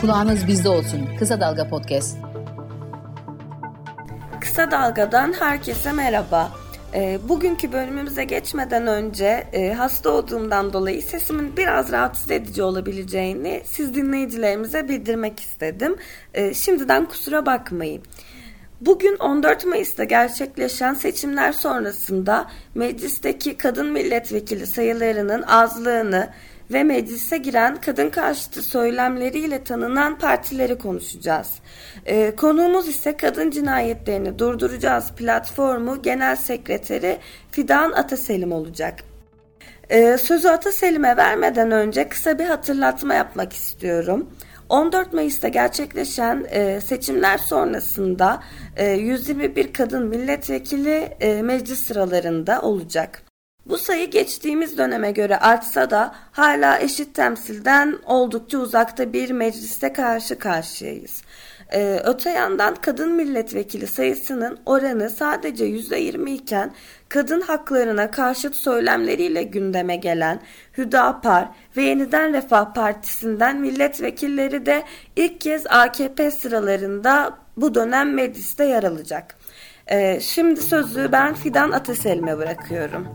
Kulağınız bizde olsun. Kısa Dalga Podcast. Kısa Dalga'dan herkese merhaba. Bugünkü bölümümüze geçmeden önce hasta olduğumdan dolayı sesimin biraz rahatsız edici olabileceğini siz dinleyicilerimize bildirmek istedim. Şimdiden kusura bakmayın. Bugün 14 Mayıs'ta gerçekleşen seçimler sonrasında meclisteki kadın milletvekili sayılarının azlığını ve meclise giren kadın karşıtı söylemleriyle tanınan partileri konuşacağız. Konuğumuz ise Kadın Cinayetlerini Durduracağız platformu Genel Sekreteri Fidan Ataselim olacak. Sözü Ataselim'e vermeden önce kısa bir hatırlatma yapmak istiyorum. 14 Mayıs'ta gerçekleşen seçimler sonrasında 121 kadın milletvekili meclis sıralarında olacak. Bu sayı geçtiğimiz döneme göre artsa da hala eşit temsilden oldukça uzakta bir mecliste karşı karşıyayız. Öte yandan kadın milletvekili sayısının oranı sadece %20 iken kadın haklarına karşıt söylemleriyle gündeme gelen Hüdapar ve Yeniden Refah Partisi'nden milletvekilleri de ilk kez AKP sıralarında bu dönem mecliste yer alacak. Şimdi sözü ben Fidan Ataselim'e bırakıyorum.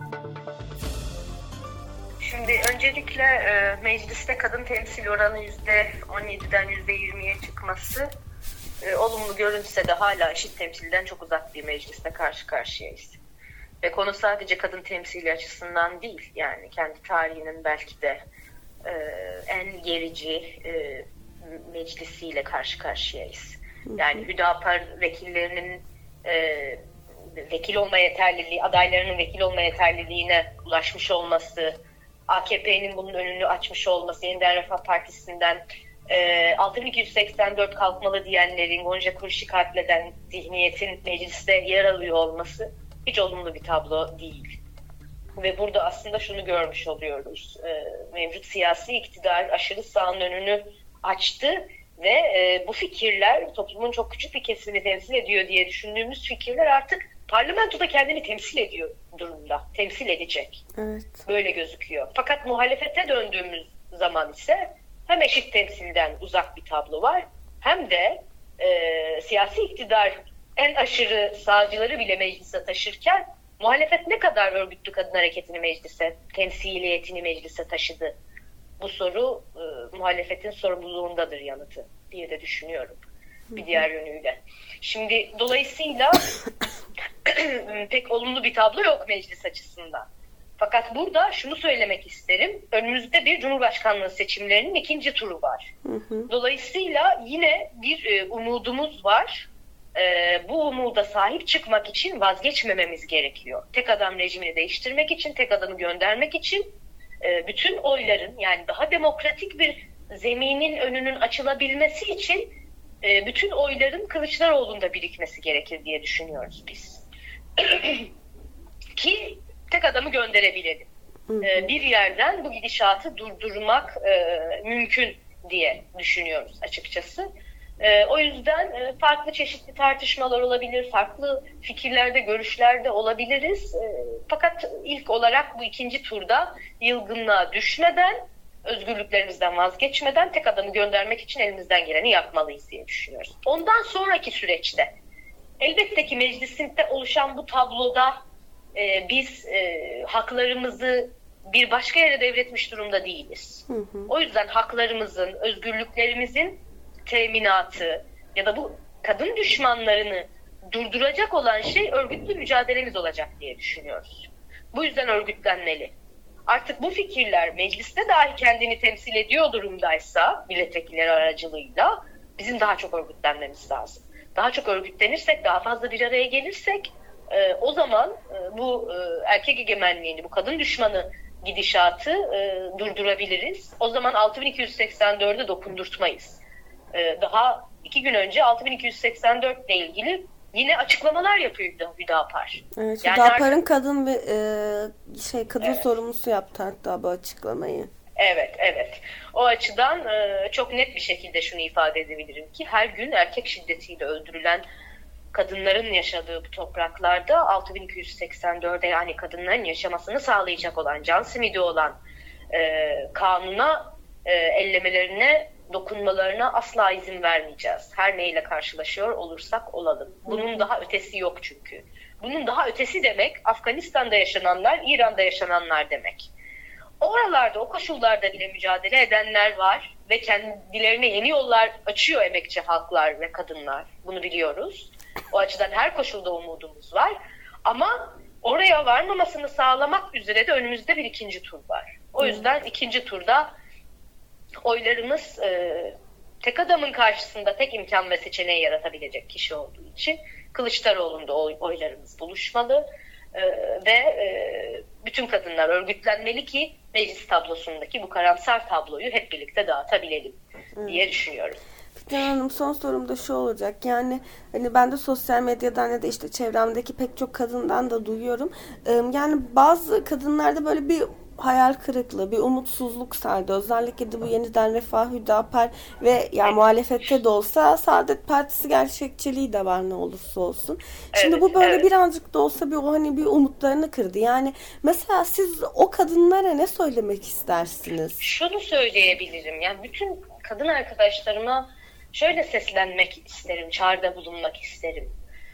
Şimdi öncelikle mecliste kadın temsil oranı %17'den %20'ye çıkması olumlu görünse de hala eşit temsilden çok uzak bir mecliste karşı karşıyayız. Ve konu sadece kadın temsili açısından değil, yani kendi tarihinin belki de en gerici meclisiyle karşı karşıyayız. Yani Hüdapar vekillerinin vekil olma yeterliliği, adaylarının vekil olma yeterliliğine ulaşmış olması, AKP'nin bunun önünü açmış olması, Yeniden Refah Partisi'nden 6284 kalkmalı diyenlerin, Gonca Kurşi katleden zihniyetin mecliste yer alıyor olması hiç olumlu bir tablo değil. Ve burada aslında şunu görmüş oluyoruz. Mevcut siyasi iktidar aşırı sağın önünü açtı ve bu fikirler toplumun çok küçük bir kesimini temsil ediyor diye düşündüğümüz fikirler artık parlamentoda kendini temsil ediyor durumda. Temsil edecek. Evet. Böyle gözüküyor. Fakat muhalefete döndüğümüz zaman ise hem eşit temsilden uzak bir tablo var, hem de siyasi iktidar en aşırı sağcıları bile meclise taşırken muhalefet ne kadar örgütlü kadın hareketini meclise, temsiliyetini meclise taşıdı? Bu soru muhalefetin sorumluluğundadır yanıtı diye de düşünüyorum bir diğer yönüyle. Şimdi dolayısıyla pek olumlu bir tablo yok meclis açısından. Fakat burada şunu söylemek isterim. Önümüzde bir Cumhurbaşkanlığı seçimlerinin ikinci turu var. Dolayısıyla yine bir umudumuz var. Bu umuda sahip çıkmak için vazgeçmememiz gerekiyor. Tek adam rejimini değiştirmek için, tek adamı göndermek için bütün oyların, yani daha demokratik bir zeminin önünün açılabilmesi için bütün oyların Kılıçdaroğlu'nda birikmesi gerekir diye düşünüyoruz biz. Ki tek adamı gönderebilelim. Bir yerden bu gidişatı durdurmak mümkün diye düşünüyoruz açıkçası. O yüzden farklı çeşitli tartışmalar olabilir, farklı fikirlerde, görüşlerde olabiliriz. Fakat ilk olarak bu ikinci turda yılgınlığa düşmeden, özgürlüklerimizden vazgeçmeden tek adamı göndermek için elimizden geleni yapmalıyız diye düşünüyoruz. Ondan sonraki süreçte elbette ki meclisinde oluşan bu tabloda biz haklarımızı bir başka yere devretmiş durumda değiliz. O yüzden haklarımızın, özgürlüklerimizin teminatı ya da bu kadın düşmanlarını durduracak olan şey örgütlü mücadelemiz olacak diye düşünüyoruz. Bu yüzden örgütlenmeli. Artık bu fikirler mecliste dahi kendini temsil ediyor durumdaysa milletvekilleri aracılığıyla bizim daha çok örgütlenmemiz lazım. Daha çok örgütlenirsek, daha fazla bir araya gelirsek o zaman bu erkek egemenliğini, bu kadın düşmanı gidişatı durdurabiliriz. O zaman 6284'e dokundurtmayız. Daha 2 gün önce 6284 ile ilgili yine açıklamalar yapıyor Hüdapar. Evet, yani Hüdapar'ın artık kadın kadın sorumlusu yaptı hatta bu açıklamayı. Evet. O açıdan çok net bir şekilde şunu ifade edebilirim ki her gün erkek şiddetiyle öldürülen kadınların yaşadığı bu topraklarda 6284'e, yani kadınların yaşamasını sağlayacak olan, can simidi olan kanuna ellemelerine dokunmalarına asla izin vermeyeceğiz. Her neyle karşılaşıyor olursak olalım. Bunun daha ötesi yok çünkü. Bunun daha ötesi demek Afganistan'da yaşananlar, İran'da yaşananlar demek. Oralarda, o koşullarda bile mücadele edenler var ve kendilerine yeni yollar açıyor emekçi halklar ve kadınlar. Bunu biliyoruz. O açıdan her koşulda umudumuz var. Ama oraya varmamasını sağlamak üzere de önümüzde bir ikinci tur var. O yüzden ikinci turda oylarımız tek adamın karşısında tek imkan ve seçeneği yaratabilecek kişi olduğu için Kılıçdaroğlu'nda oylarımız buluşmalı ve bütün kadınlar örgütlenmeli ki meclis tablosundaki bu karamsar tabloyu hep birlikte dağıtabilelim diye düşünüyorum. Fidan Hanım, son sorum da şu olacak. Yani hani ben de sosyal medyadan ya da işte çevremdeki pek çok kadından da duyuyorum. Yani bazı kadınlarda böyle bir hayal kırıklığı, bir umutsuzluk sardı. Özellikle de bu Yeniden Refah, Hüdapar ve yani muhalefette de olsa Saadet Partisi gerçekçiliği de var ne olursa olsun. Şimdi bu böyle birazcık da olsa bir bir umutlarını kırdı. Yani mesela siz o kadınlara ne söylemek istersiniz? Şunu söyleyebilirim. Yani bütün kadın arkadaşlarıma şöyle seslenmek isterim, çağrıda bulunmak isterim.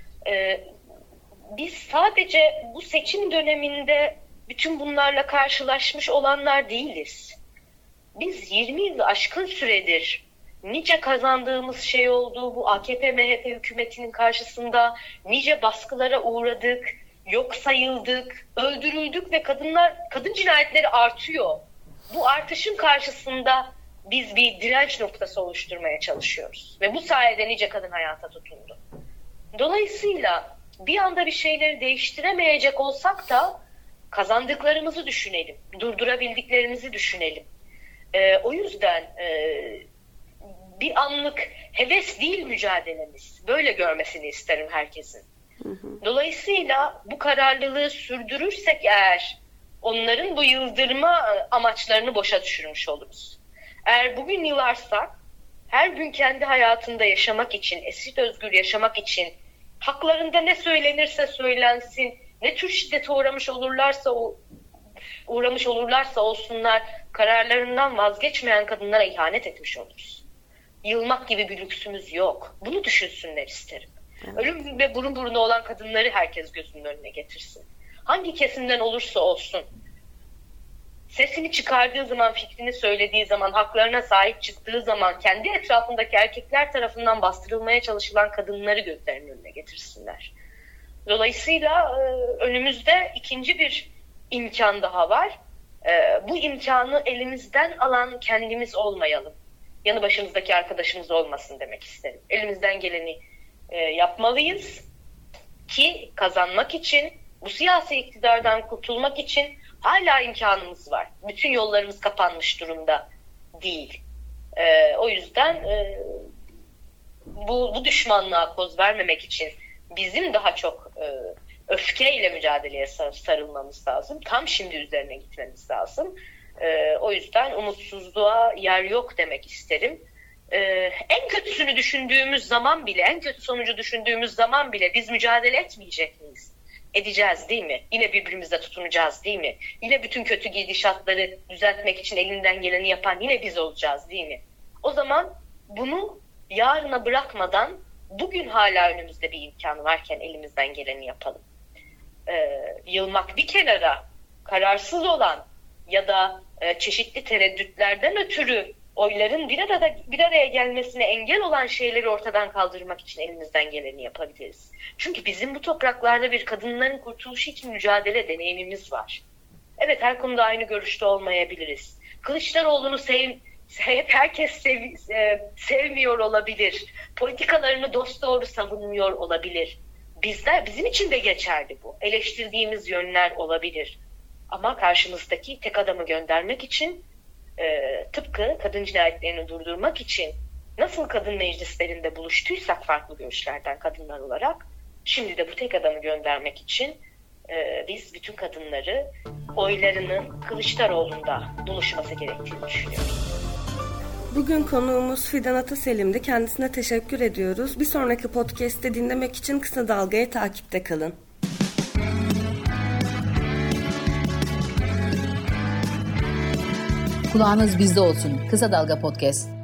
Biz sadece bu seçim döneminde bütün bunlarla karşılaşmış olanlar değiliz. Biz 20 yılı aşkın süredir nice kazandığımız şey oldu. Bu AKP-MHP hükümetinin karşısında nice baskılara uğradık, yok sayıldık, öldürüldük ve kadın cinayetleri artıyor. Bu artışın karşısında biz bir direnç noktası oluşturmaya çalışıyoruz. Ve bu sayede nice kadın hayata tutundu. Dolayısıyla bir anda bir şeyleri değiştiremeyecek olsak da kazandıklarımızı düşünelim, durdurabildiklerimizi düşünelim. O yüzden bir anlık heves değil mücadelemiz. Böyle görmesini isterim herkesin. Dolayısıyla bu kararlılığı sürdürürsek eğer onların bu yıldırma amaçlarını boşa düşürmüş oluruz. Eğer bugün yılarsak, her gün kendi hayatında yaşamak için, eşit özgür yaşamak için, haklarında ne söylenirse söylensin, ne tür şiddete uğramış olurlarsa olsunlar, kararlarından vazgeçmeyen kadınlara ihanet etmiş oluruz. Yılmak gibi bir lüksümüz yok. Bunu düşünsünler isterim. Evet. Ölüm ve burun buruna olan kadınları herkes gözünün önüne getirsin. Hangi kesimden olursa olsun, sesini çıkardığı zaman, fikrini söylediği zaman, haklarına sahip çıktığı zaman, kendi etrafındaki erkekler tarafından bastırılmaya çalışılan kadınları gözlerinin önüne getirsinler. Dolayısıyla önümüzde ikinci bir imkan daha var. Bu imkanı elimizden alan kendimiz olmayalım. Yanı başımızdaki arkadaşımız olmasın demek isterim. Elimizden geleni yapmalıyız ki kazanmak için, bu siyasi iktidardan kurtulmak için hala imkanımız var. Bütün yollarımız kapanmış durumda değil. O yüzden bu düşmanlığa koz vermemek için bizim daha çok öfkeyle mücadeleye sarılmamız lazım. Tam şimdi üzerine gitmemiz lazım. O yüzden umutsuzluğa yer yok demek isterim. En kötüsünü düşündüğümüz zaman bile, en kötü sonucu düşündüğümüz zaman bile biz mücadele etmeyecek miyiz? Edeceğiz değil mi? Yine birbirimize tutunacağız değil mi? Yine bütün kötü gidişatları düzeltmek için elinden geleni yapan yine biz olacağız değil mi? O zaman bunu yarına bırakmadan bugün hala önümüzde bir imkan varken elimizden geleni yapalım. Yılmak bir kenara, kararsız olan ya da çeşitli tereddütlerden ötürü oyların bir araya gelmesine engel olan şeyleri ortadan kaldırmak için elimizden geleni yapabiliriz. Çünkü bizim bu topraklarda bir kadınların kurtuluşu için mücadele deneyimimiz var. Evet, her konuda aynı görüşte olmayabiliriz. Kılıçdaroğlu'nu herkes sevmiyor olabilir. Politikalarını dosdoğru savunmuyor olabilir. Bizim için de geçerli bu. Eleştirdiğimiz yönler olabilir. Ama karşımızdaki tek adamı göndermek için, tıpkı kadın cinayetlerini durdurmak için nasıl kadın meclislerinde buluştuysak farklı görüşlerden kadınlar olarak, şimdi de bu tek adamı göndermek için biz bütün kadınları oylarının Kılıçdaroğlu'nda buluşması gerektiğini düşünüyoruz. Bugün konuğumuz Fidan Ataselim'di. Kendisine teşekkür ediyoruz. Bir sonraki podcast'te dinlemek için Kısa Dalga'yı takipte kalın. Kulağınız bizde olsun. Kısa Dalga Podcast.